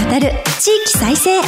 る地域再生。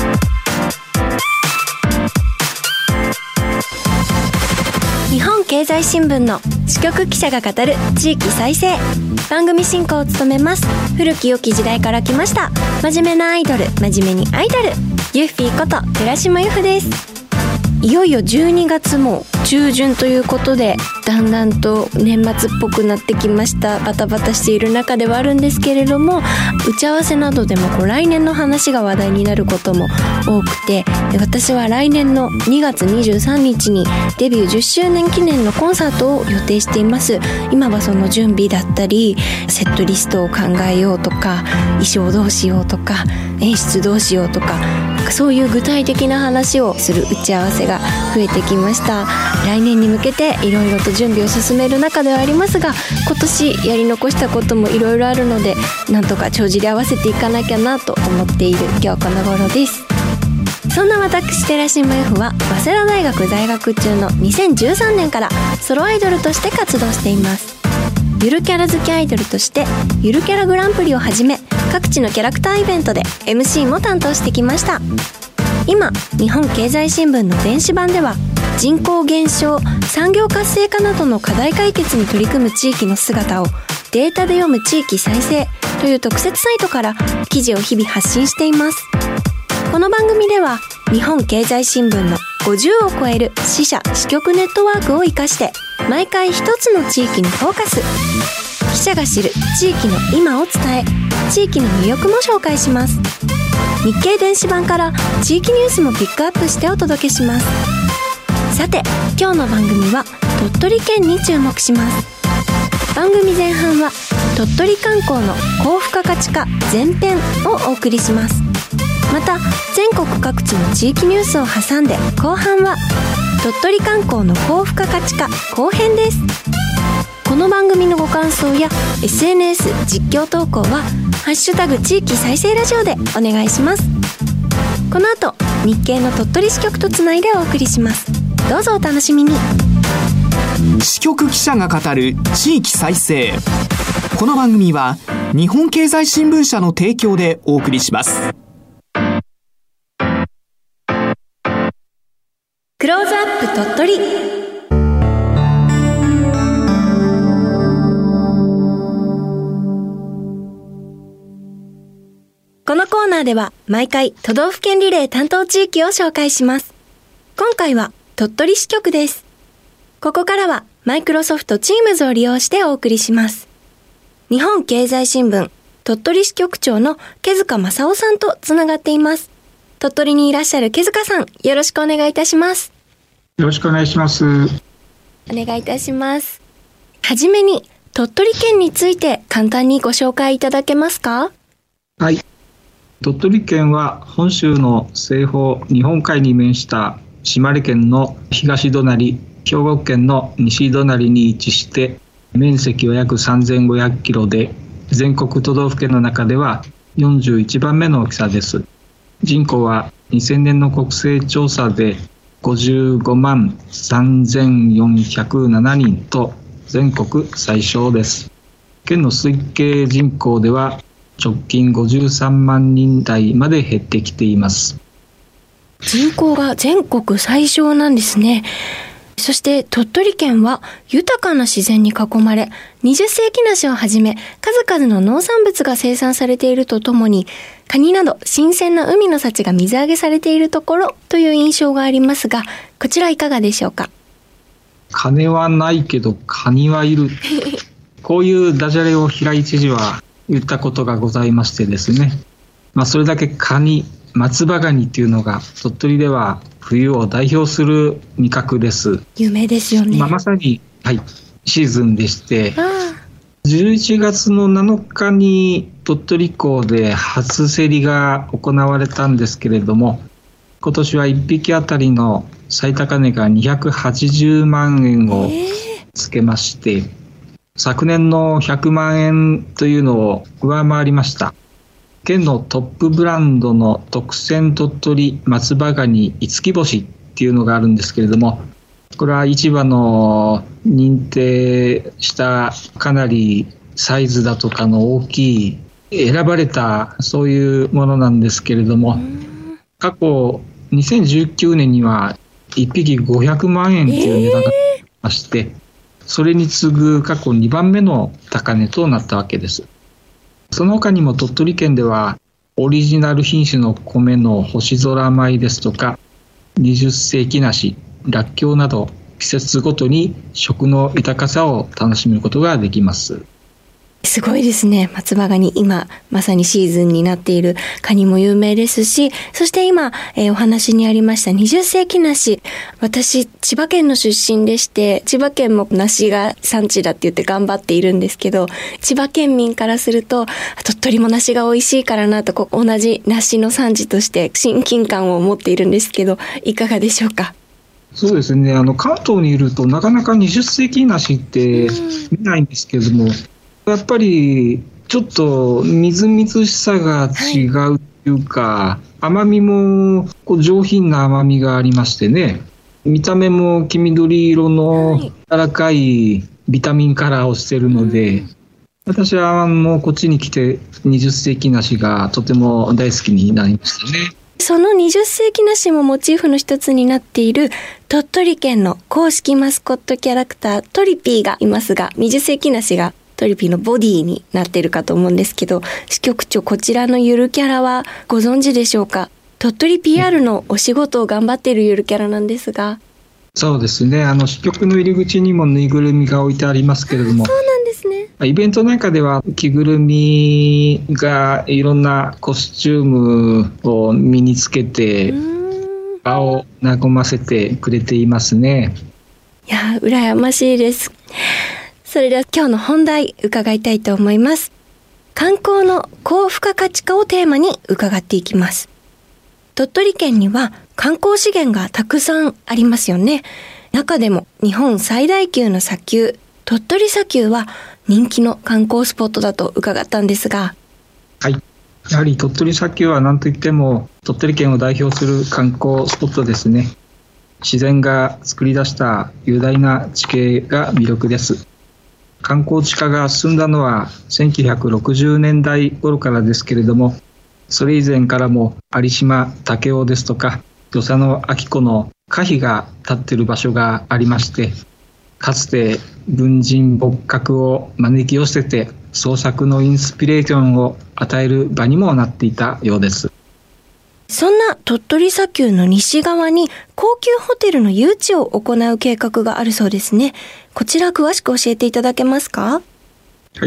日本経済新聞の支局記者が語る地域再生。番組進行を務めます古き良き時代から来ました真面目なアイドル、真面目にアイドル、ユッフィーこと寺島由布です。いよいよ12月も中旬ということで、だんだんと年末っぽくなってきました。バタバタしている中ではあるんですけれども、打ち合わせなどでも来年の話が話題になることも多くて、私は来年の2月23日にデビュー10周年記念のコンサートを予定しています。今はその準備だったり、セットリストを考えようとか、衣装どうしようとか、演出どうしようとか、そういう具体的な話をする打ち合わせが増えてきました。来年に向けていろいろと準備を進める中ではありますが、今年やり残したこともいろいろあるので、なんとか帳尻合わせていかなきゃなと思っている今日この頃です。そんな私寺島由布は早稲田大学在学中の2013年からソロアイドルとして活動しています。ゆるキャラ好きアイドルとしてゆるキャラグランプリをはじめ、各地のキャラクターイベントで MC も担当してきました。今日本経済新聞の電子版では、人口減少、産業活性化などの課題解決に取り組む地域の姿をデータで読む地域再生という特設サイトから記事を日々発信しています。この番組では日本経済新聞の50を超える支社支局ネットワークを生かして、毎回一つの地域にフォーカス。記者が知る地域の今を伝え、地域の魅力も紹介します。日経電子版から地域ニュースもピックアップしてお届けします。さて今日の番組は鳥取県に注目します。番組前半は鳥取観光の高付加価値化前編をお送りします。また全国各地の地域ニュースを挟んで後半は鳥取観光の高付加価値化後編です。この番組のご感想や SNS 実況投稿はハッシュタグ地域再生ラジオでお願いします。この後日経の鳥取支局とつないでお送りします。どうぞお楽しみに。 支局記者が語る地域再生。この番組は日本経済新聞社の提供でお送りします。 クローズアップ鳥取。このコーナーでは毎回都道府県リレー担当地域を紹介します。今回は鳥取支局です。ここからはマイクロソフト Teams を利用してお送りします。日本経済新聞鳥取支局長の毛塚正夫さんとつながっています。鳥取にいらっしゃる毛塚さん、よろしくお願いいたします。 よろしくお願いします。 お願いいたします。はじめに鳥取県について簡単にご紹介いただけますか？ はい。鳥取県は本州の西方日本海に面した島根県の東隣、兵庫県の西隣に位置して、面積は約3500キロで、全国都道府県の中では41番目の大きさです。人口は2000年の国勢調査で55万3407人と全国最小です。県の推計人口では直近53万人台まで減ってきています。 人口が全国最小なんですね。そして鳥取県は豊かな自然に囲まれ、20世紀梨をはじめ数々の農産物が生産されているとともに、カニなど新鮮な海の幸が水揚げされているところという印象がありますが、こちらいかがでしょうか？ 金はないけどカニはいるこういうダジャレを平井知事は言ったことがございましてですね、それだけカニ、松葉ガニっていうのが鳥取では冬を代表する味覚です。 有名ですよね。 まさに、シーズンでして、11月の7日に鳥取港で初競りが行われたんですけれども、今年は1匹あたりの最高値が280万円をつけまして、昨年の100万円というのを上回りました。県のトップブランドの特選鳥取松葉ガニ五木星っていうのがあるんですけれども、これは市場の認定したかなりサイズだとかの大きい選ばれたそういうものなんですけれども、過去2019年には1匹500万円という値段がありまして、それに次ぐ過去2番目の高値となったわけです。その他にも鳥取県ではオリジナル品種の米の星空米ですとか、20世紀梨、らっきょうなど季節ごとに食の豊かさを楽しむことができます。 すごいですね。松葉ガニ、今まさにシーズンになっているカニも有名ですし、そして今、お話にありました20世紀梨、私千葉県の出身でして、千葉県も梨が産地だって言って頑張っているんですけど、千葉県民からすると鳥取も梨が美味しいからなと、同じ梨の産地として親近感を持っているんですけど、いかがでしょうか？ そうですね、関東にいるとなかなか20世紀梨って見ないんですけれども、やっぱりちょっとみずみずしさが違うというか、甘みも上品な甘みがありましてね、見た目も黄緑色の柔らかいビタミンカラーをしているので、私はもうこっちに来て20世紀梨がとても大好きになりましたね。 その20世紀梨もモチーフの一つになっている鳥取県の公式マスコットキャラクタートリピーがいますが、20世紀梨がトリピーのボディになっているかと思うんですけど、支局長、こちらのゆるキャラはご存知でしょうか？鳥取 PR のお仕事を頑張っているゆるキャラなんですが。 そうですね、支局の入り口にもぬいぐるみが置いてありますけれども、 そうなんですね。 イベントなんかでは着ぐるみがいろんなコスチュームを身につけて場を和ませてくれていますね。 いや、羨ましいです。それでは今日の本題伺いたいと思います。観光の高付加価値化をテーマに伺っていきます。鳥取県には観光資源がたくさんありますよね。中でも日本最大級の砂丘、鳥取砂丘は人気の観光スポットだと伺ったんですが。 はい、やはり鳥取砂丘は何といっても鳥取県を代表する観光スポットですね。自然が作り出した雄大な地形が魅力です。観光地化が進んだのは1960年代頃からですけれども、それ以前からも有島武雄ですとか与謝野晶子の歌碑が立っている場所がありまして、かつて文人墨客を招き寄せて創作のインスピレーションを与える場にもなっていたようです。 そんな鳥取砂丘の西側に高級ホテルの誘致を行う計画があるそうですね。こちら詳しく教えていただけますか？ はい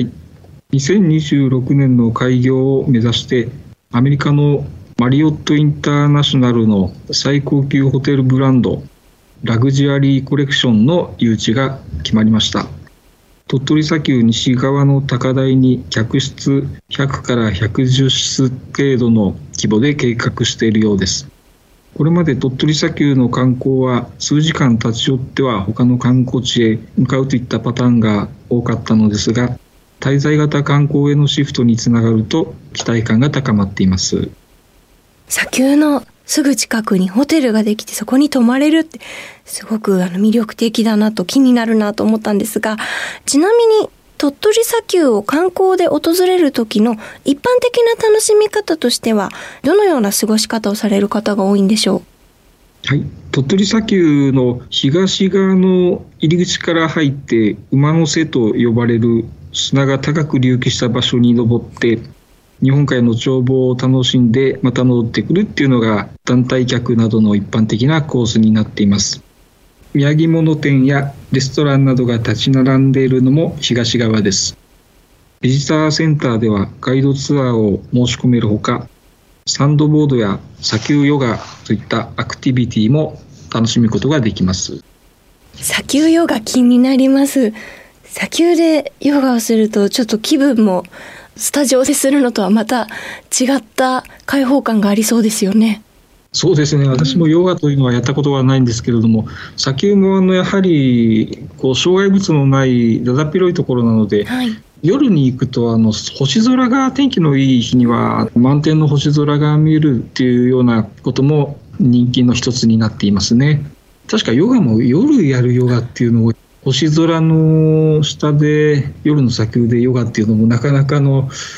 、2026年の開業を目指してアメリカのマリオットインターナショナルの最高級ホテルブランドラグジュアリーコレクションの誘致が決まりました。鳥取砂丘西側の高台に客室100から110室程度の規模で計画しているようです。これまで鳥取砂丘の観光は数時間立ち寄っては他の観光地へ向かうといったパターンが多かったのですが、滞在型観光へのシフトにつながると期待感が高まっています。 砂丘のすぐ近くにホテルができてそこに泊まれるってすごく魅力的だなと、気になるなと思ったんですが、ちなみに鳥取砂丘を観光で訪れる時の一般的な楽しみ方としてはどのような過ごし方をされる方が多いんでしょう？はい、鳥取砂丘の東側の入り口から入って馬の背と呼ばれる砂が高く隆起した場所に登って日本海の眺望を楽しんでまた戻ってくるっていうのが団体客などの一般的なコースになっています。土産物店やレストランなどが立ち並んでいるのも東側です。ビジターセンターではガイドツアーを申し込めるほか、サンドボードや砂丘ヨガといったアクティビティも楽しむことができます。 砂丘ヨガ気になります。砂丘でヨガをするとちょっと気分もスタジオでするのとはまた違った開放感がありそうですよね。 そうですね、私もヨガというのはやったことはないんですけれども、砂丘もやはり障害物のないだだっ広いところなので、はい、夜に行くと星空が天気のいい日には満天の星空が見えるっていうようなことも人気の一つになっていますね。確かヨガも夜やるヨガっていうのを星空の下で夜の砂丘でヨガっていうのもなかなか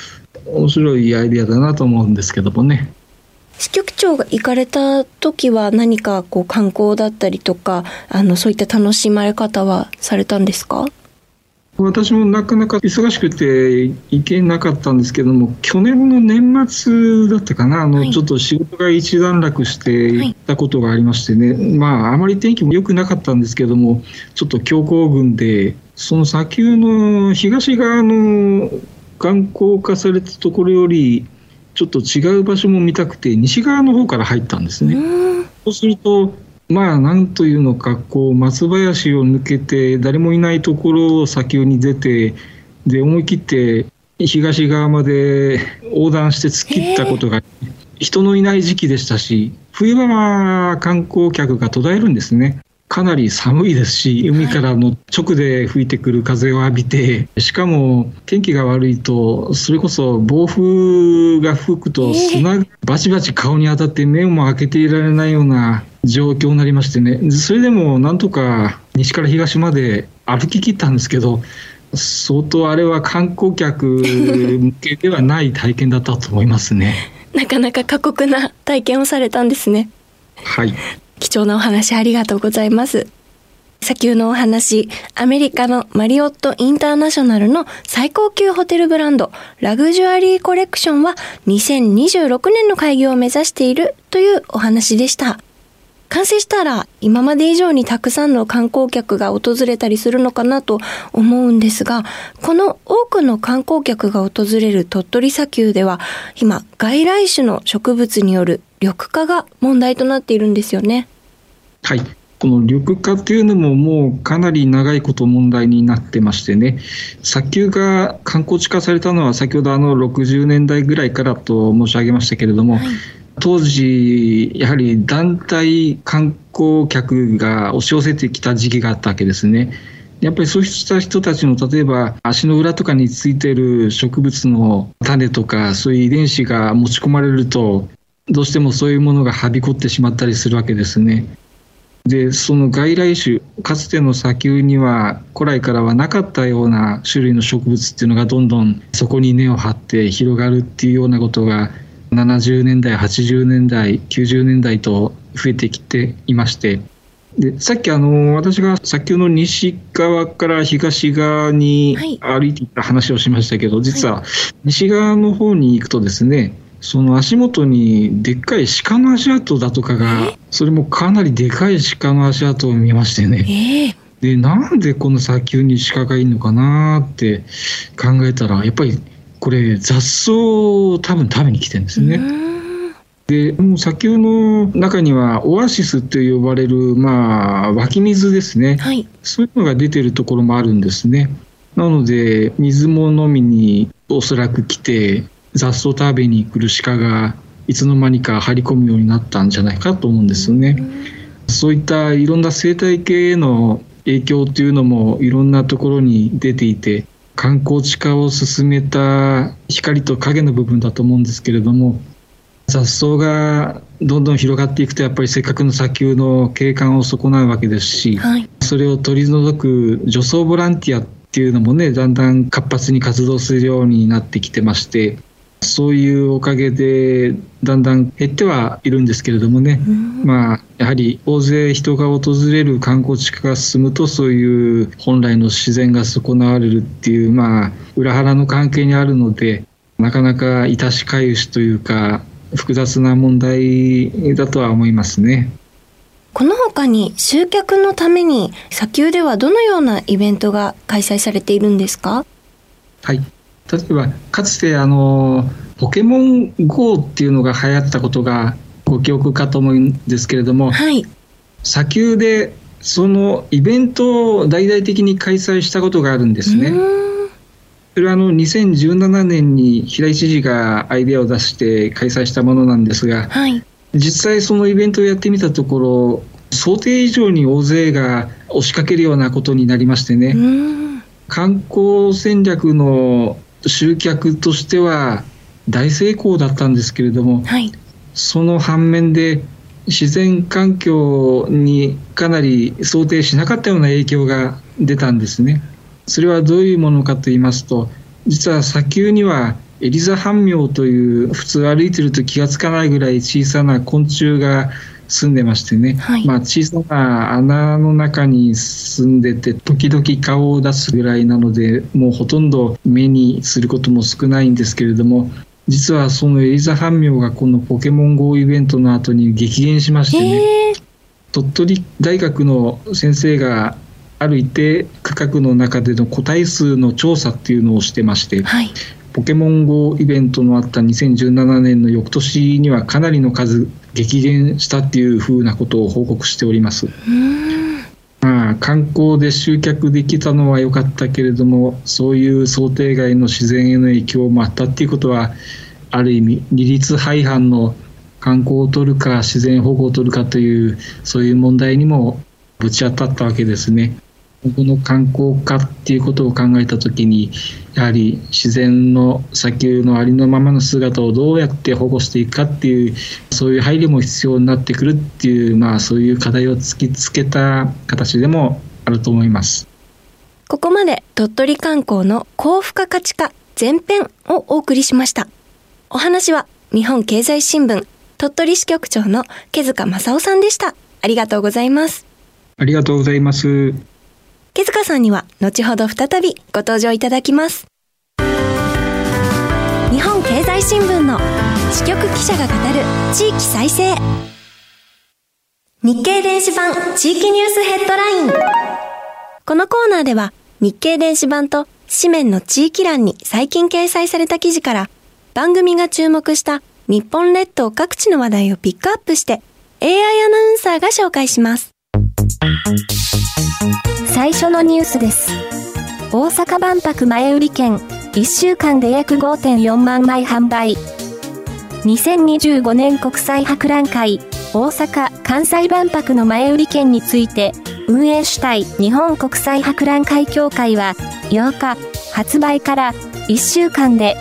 面白いアイデアだなと思うんですけどもね。 支局長が行かれた時は何か観光だったりとかそういった楽しまれ方はされたんですか？ 私もなかなか忙しくて行けなかったんですけども、去年の年末だったかな、ちょっと仕事が一段落して行ったことがありましてね、あまり天気も良くなかったんですけども、ちょっと強行軍でその砂丘の東側の観光化されたところよりちょっと違う場所も見たくて西側の方から入ったんですね。そうするとなんというのか、松林を抜けて誰もいないところを砂丘に出て、で思い切って東側まで横断して突っ切ったことが、人のいない時期でしたし、冬場は観光客が途絶えるんですね。かなり寒いですし、海からの直で吹いてくる風を浴びて、しかも天気が悪いとそれこそ暴風が吹くと砂がバチバチ顔に当たって目も開けていられないような状況になりましてね、それでもなんとか西から東まで歩き切ったんですけど、相当あれは観光客向けではない体験だったと思いますね。 なかなか過酷な体験をされたんですね。 はい、 貴重なお話ありがとうございます。砂丘のお話、アメリカのマリオットインターナショナルの最高級ホテルブランドラグジュアリーコレクションは2026年の開業を目指しているというお話でした。完成したら今まで以上にたくさんの観光客が訪れたりするのかなと思うんですが、この多くの観光客が訪れる鳥取砂丘では今外来種の植物による緑化が問題となっているんですよね。 はい、この緑化というのももうかなり長いこと問題になってましてね、砂丘が観光地化されたのは先ほど60年代ぐらいからと申し上げましたけれども、当時やはり団体観光客が押し寄せてきた時期があったわけですね。やっぱりそうした人たちの例えば足の裏とかについている植物の種とかそういう遺伝子が持ち込まれるとどうしてもそういうものがはびこってしまったりするわけですね。でその外来種、かつての砂丘には古来からはなかったような種類の植物っていうのがどんどんそこに根を張って広がるっていうようなことが70年代、80年代、90年代と増えてきていまして、でさっき私が砂丘の西側から東側に歩いていった話をしましたけど、実は西側の方に行くとですね、その足元にでっかい鹿の足跡だとかが、それもかなりでかい鹿の足跡を見ましてね、でなんでこの砂丘に鹿がいるのかなって考えたら、やっぱりこれ雑草を多分食べに来てるんですね。で砂丘の中にはオアシスと呼ばれる、湧き水ですね、そういうのが出てるところもあるんですね。なので水も飲みにおそらく来て雑草食べに来る鹿がいつの間にか張り込むようになったんじゃないかと思うんですよね。そういったいろんな生態系への影響というのもいろんなところに出ていて、観光地化を進めた光と影の部分だと思うんですけれども、雑草がどんどん広がっていくとやっぱりせっかくの砂丘の景観を損なうわけですし、それを取り除く除草ボランティアっていうのもね、だんだん活発に活動するようになってきてまして、そういうおかげでだんだん減ってはいるんですけれどもね、やはり大勢人が訪れる観光地化が進むと、そういう本来の自然が損なわれるっていう裏腹の関係にあるので、なかなか致しかゆしというか複雑な問題だとは思いますね。 この他に集客のために砂丘ではどのようなイベントが開催されているんですか？ はい、例えばかつてポケモン GO っていうのが流行ったことがご記憶かと思うんですけれども、砂丘でそのイベントを大々的に開催したことがあるんですね。それは2017年に平井知事がアイデアを出して開催したものなんですが、実際そのイベントをやってみたところ、想定以上に大勢が押しかけるようなことになりましてね、観光戦略の集客としては大成功だったんですけれども、その反面で自然環境にかなり想定しなかったような影響が出たんですね。それはどういうものかと言いますと、実は砂丘にはエリザハンミョウという普通歩いてると気がつかないぐらい小さな昆虫が住んでましてね、はい、小さな穴の中に住んでて時々顔を出すぐらいなのでもうほとんど目にすることも少ないんですけれども、実はそのエリザハンミョウがこのポケモン GO イベントの後に激減しましてね、鳥取大学の先生がある一定区画の中での個体数の調査っていうのをしてまして、はい、ポケモン GO イベントのあった2017年の翌年にはかなりの数激減したっていうふうなことを報告しております。観光で集客できたのは良かったけれども、そういう想定外の自然への影響もあったっていうことは、ある意味利率背反の観光を取るか自然保護を取るかというそういう問題にもぶち当たったわけですね。この観光化っていうことを考えたときに、やはり自然の砂丘のありのままの姿をどうやって保護していくかっていう、そういう配慮も必要になってくるっていう、そういう課題を突きつけた形でもあると思います。 ここまで鳥取観光の高付加価値化前編をお送りしました。お話は日本経済新聞鳥取支局長の毛塚正夫さんでした。ありがとうございます。 ありがとうございます。 毛塚さんには後ほど再びご登場いただきます。日本経済新聞の支局記者が語る地域再生。日経電子版地域ニュースヘッドライン。このコーナーでは日経電子版と紙面の地域欄に最近掲載された記事から番組が注目した日本列島各地の話題をピックアップして AI アナウンサーが紹介します。最初のニュースです。大阪万博前売り券1週間で約 5.4 万枚販売。2025年国際博覧会大阪・関西万博の前売り券について運営主体日本国際博覧会協会は8日発売から1週間で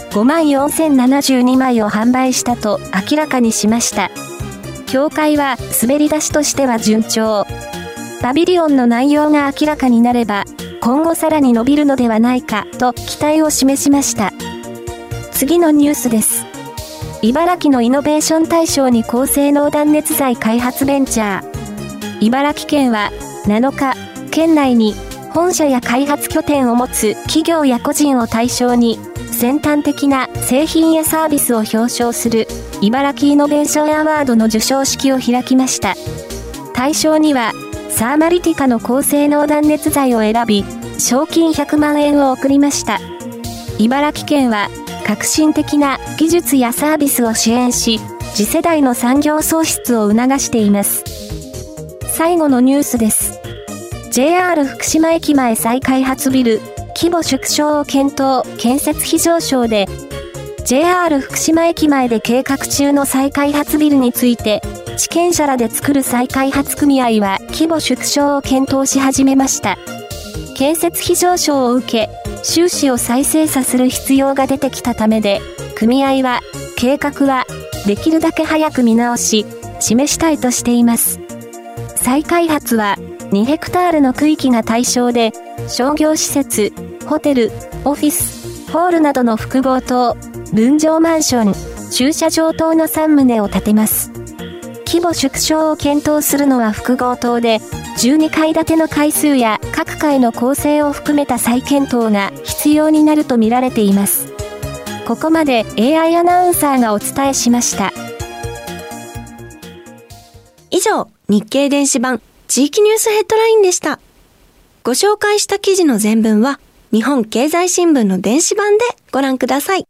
54,072 枚を販売したと明らかにしました。協会は滑り出しとしては順調。パビリオンの内容が明らかになれば今後さらに伸びるのではないかと期待を示しました。次のニュースです。茨城のイノベーション大賞に高性能断熱材開発ベンチャー。茨城県は7日、県内に本社や開発拠点を持つ企業や個人を対象に先端的な製品やサービスを表彰する茨城イノベーションアワードの授賞式を開きました。対象にはサーマリティカの高性能断熱材を選び、賞金100万円を贈りました。茨城県は革新的な技術やサービスを支援し、次世代の産業創出を促しています。最後のニュースです。JR 福島駅前再開発ビル、規模縮小を検討、建設費上昇で、JR 福島駅前で計画中の再開発ビルについて、地権者らで作る再開発組合は規模縮小を検討し始めました。建設費上昇を受け、収支を再精査する必要が出てきたためで、組合は計画はできるだけ早く見直し、示したいとしています。再開発は2ヘクタールの区域が対象で、商業施設、ホテル、オフィス、ホールなどの複合棟、分譲マンション、駐車場等の3棟を建てます。規模縮小を検討するのは複合棟で、12階建ての階数や各階の構成を含めた再検討が必要になると見られています。ここまで AI アナウンサーがお伝えしました。以上、日経電子版地域ニュースヘッドラインでした。ご紹介した記事の全文は日本経済新聞の電子版でご覧ください。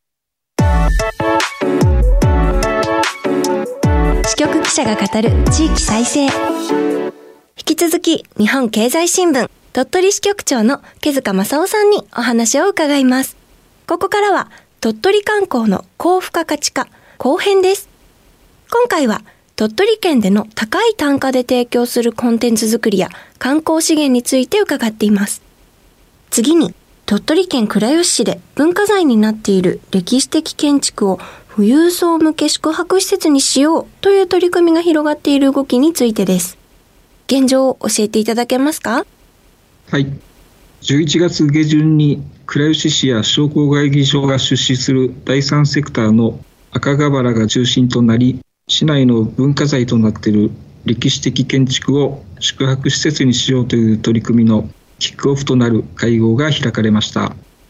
支局記者が語る地域再生。引き続き日本経済新聞鳥取支局長の毛塚正夫さんにお話を伺います。ここからは鳥取観光の高付加価値化後編です。今回は鳥取県での高い単価で提供するコンテンツ作りや観光資源について伺っています。次に鳥取県倉吉市で文化財になっている歴史的建築を富裕層向け宿泊施設にしようという取り組みが広がっている動きについてです。現状を教えていただけますか？ はい。 11月下旬に倉吉市や商工会議所が出資する第三セクターの赤瓦が中心となり、市内の文化財となっている歴史的建築を宿泊施設にしようという取り組みのキックオフとなる会合が開かれました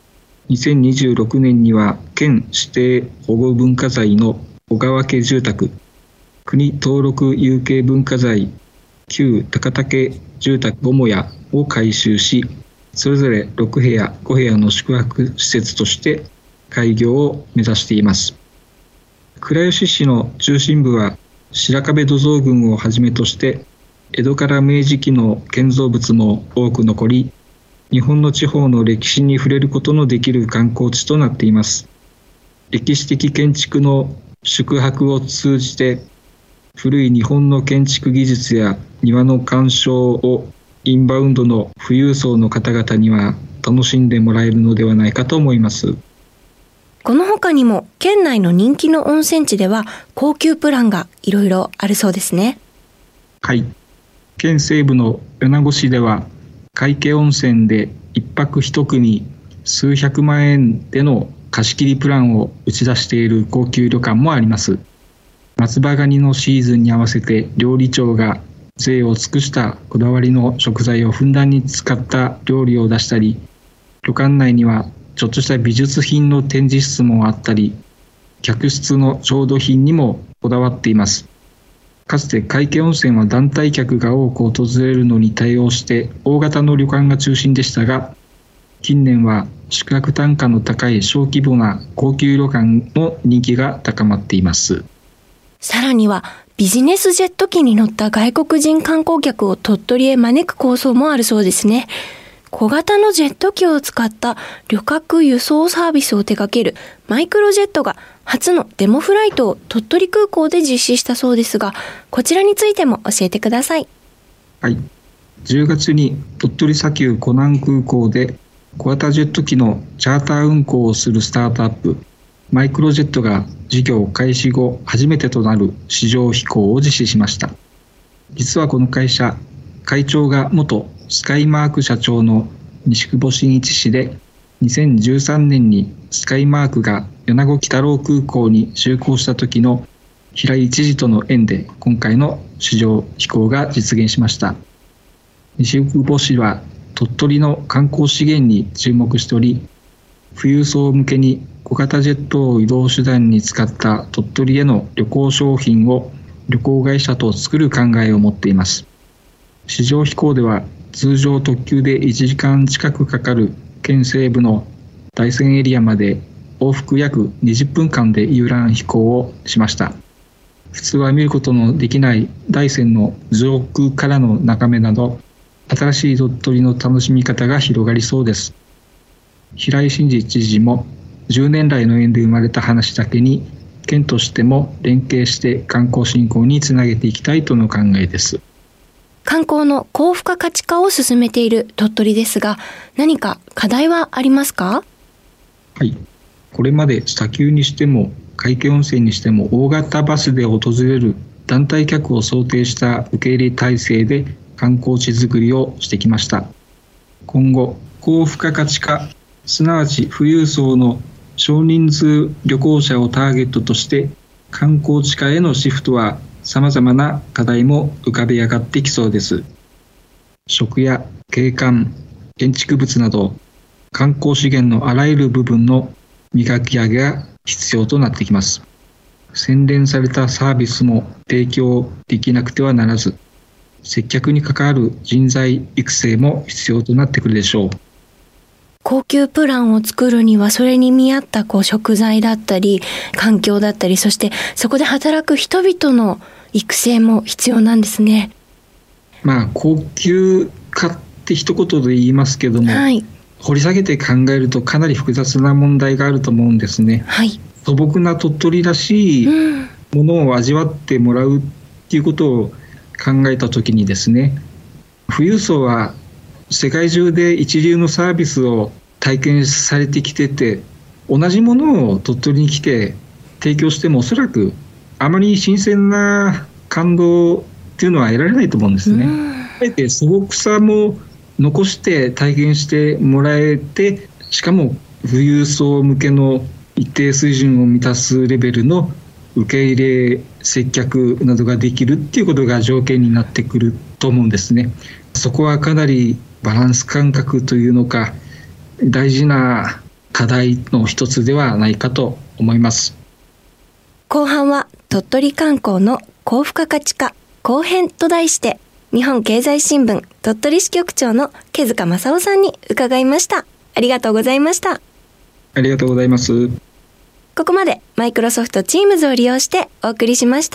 。2026年には県指定保護文化財の小川家住宅、国登録有形文化財旧高竹住宅母屋を改修し、それぞれ6部屋5部屋の宿泊施設として開業を目指しています。倉吉市の中心部は白壁土蔵群をはじめとして江戸から明治期の建造物も多く残り、日本の地方の歴史に触れることのできる観光地となっています。歴史的建築の宿泊を通じて古い日本の建築技術や庭の鑑賞をインバウンドの富裕層の方々には楽しんでもらえるのではないかと思います。 この他にも県内の人気の温泉地では高級プランがいろいろあるそうですね。 はい、県西部の米子市では皆家温泉で一泊一組数百万円での貸し切りプランを打ち出している高級旅館もあります。松葉ガニのシーズンに合わせて料理長が贅を尽くしたこだわりの食材をふんだんに使った料理を出したり、旅館内にはちょっとした美術品の展示室もあったり、客室の調度品にもこだわっています。かつて皆家温泉は団体客が多く訪れるのに対応して大型の旅館が中心でしたが、近年は宿泊単価の高い小規模な高級旅館の人気が高まっています。 さらにはビジネスジェット機に乗った外国人観光客を鳥取へ招く構想もあるそうですね。小型のジェット機を使った旅客輸送サービスを手掛けるマイクロジェットが初のデモフライトを鳥取空港で実施したそうですが、こちらについても教えてください。 はい、10月に鳥取砂丘湖南空港で小型ジェット機のチャーター運航をするスタートアップマイクロジェットが事業開始後初めてとなる試乗飛行を実施しました。実はこの会社、会長が元スカイマーク社長の西久保真一氏で、2013年にスカイマークが米子北郎空港に就航した時の平井知事との縁で今回の試乗飛行が実現しました。西久保市は鳥取の観光資源に注目しており、富裕層向けに小型ジェットを移動手段に使った鳥取への旅行商品を旅行会社と作る考えを持っています。試乗飛行では通常特急で1時間近くかかる県西部の大山エリアまで往復約20分間で遊覧飛行をしました。普通は見ることのできない大山の上空からの眺めなど、新しい鳥取の楽しみ方が広がりそうです。平井真二知事も10年来の縁で生まれた話だけに、県としても連携して観光振興につなげていきたいとの考えです。 観光の高付加価値化を進めている鳥取ですが、何か課題はありますか？ はい、これまで砂丘にしても皆家温泉にしても大型バスで訪れる団体客を想定した受け入れ体制で観光地づくりをしてきました。今後、高付加価値化、すなわち富裕層の少人数旅行者をターゲットとして観光地化へのシフトはさまざまな課題も浮かび上がってきそうです。食や景観、建築物など観光資源のあらゆる部分の磨き上げが必要となってきます。洗練されたサービスも提供できなくてはならず、接客に関わる人材育成も必要となってくるでしょう。 高級プランを作るにはそれに見合った食材だったり環境だったり、そしてそこで働く人々の育成も必要なんですね。 高級化って一言で言いますけども、 はい、 掘り下げて考えるとかなり複雑な問題があると思うんですね。 はい、 素朴な鳥取らしいものを味わってもらうっていうことを考えたときにですね、富裕層は世界中で一流のサービスを体験されてきてて、同じものを鳥取に来て提供してもおそらくあまり新鮮な感動っていうのは得られないと思うんですね。あえて素朴さも残して体現してもらえて、しかも富裕層向けの一定水準を満たすレベルの受け入れ接客などができるっていうことが条件になってくると思うんですね。そこはかなりバランス感覚というのか、大事な課題の一つではないかと思います。 後半は鳥取観光の高付加価値化後編と題して、日本経済新聞鳥取支局長の毛塚正夫さんに伺いました。ありがとうございました。 ありがとうございます。 ここまでマイクロソフト Teams を利用してお送りしました。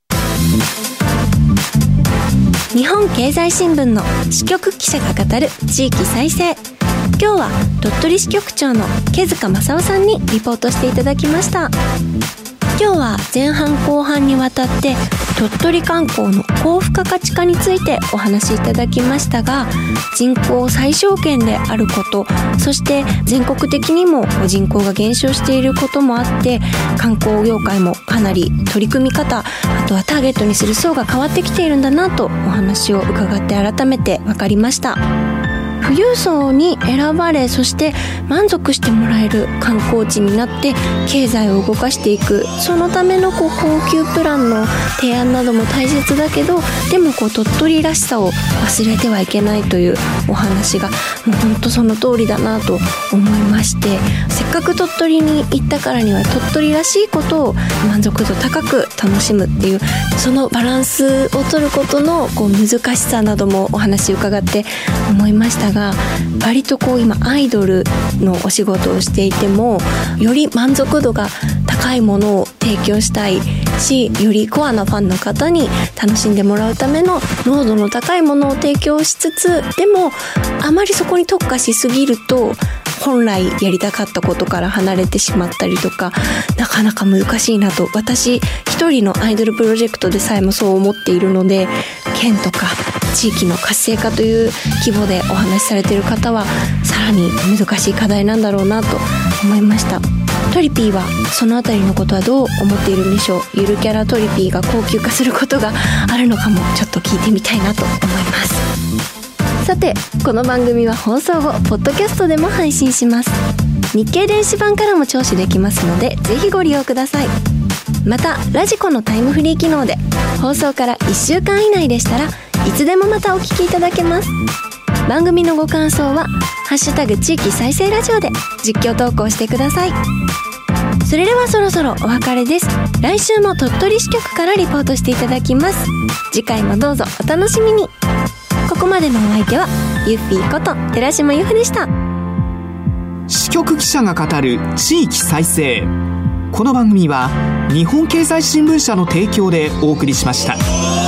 日本経済新聞の支局記者が語る地域再生。今日は鳥取支局長の毛塚正夫さんにリポートしていただきました。今日は前半後半にわたって鳥取観光の高付加価値化についてお話しいただきましたが、人口最小県であること、そして全国的にも人口が減少していることもあって、観光業界もかなり取り組み方、あとはターゲットにする層が変わってきているんだなとお話を伺って改めて分かりました。富裕層に選ばれ、そして満足してもらえる観光地になって経済を動かしていく、そのための高級プランの提案なども大切だけど、でも鳥取らしさを忘れてはいけないというお話がもう本当その通りだなと思いまして、せっかく鳥取に行ったからには鳥取らしいことを満足度高く楽しむっていう、そのバランスを取ることの難しさなどもお話伺って思いましたが、割と今アイドルのお仕事をしていても、より満足度が高いものを提供したいし、よりコアなファンの方に楽しんでもらうための濃度の高いものを提供しつつ、でもあまりそこに特化しすぎると本来やりたかったことから離れてしまったりとか、なかなか難しいなと、私一人のアイドルプロジェクトでさえもそう思っているので、県とか地域の活性化という規模でお話しされている方はさらに難しい課題なんだろうなと思いました。トリピーはそのあたりのことはどう思っているんでしょう。ゆるキャラトリピーが高級化することがあるのかも、ちょっと聞いてみたいなと思います。さて、この番組は放送後ポッドキャストでも配信します。日経電子版からも聴取できますので、ぜひご利用ください。またラジコのタイムフリー機能で放送から1週間以内でしたらいつでもまたお聞きいただけます。番組のご感想はハッシュタグ地域再生ラジオで実況投稿してください。それではそろそろお別れです。来週も鳥取支局からリポートしていただきます。次回もどうぞお楽しみに。ここまでのお相手はゆっぴーこと寺島由布でした。 支局記者が語る地域再生。この番組は日本経済新聞社の提供でお送りしました。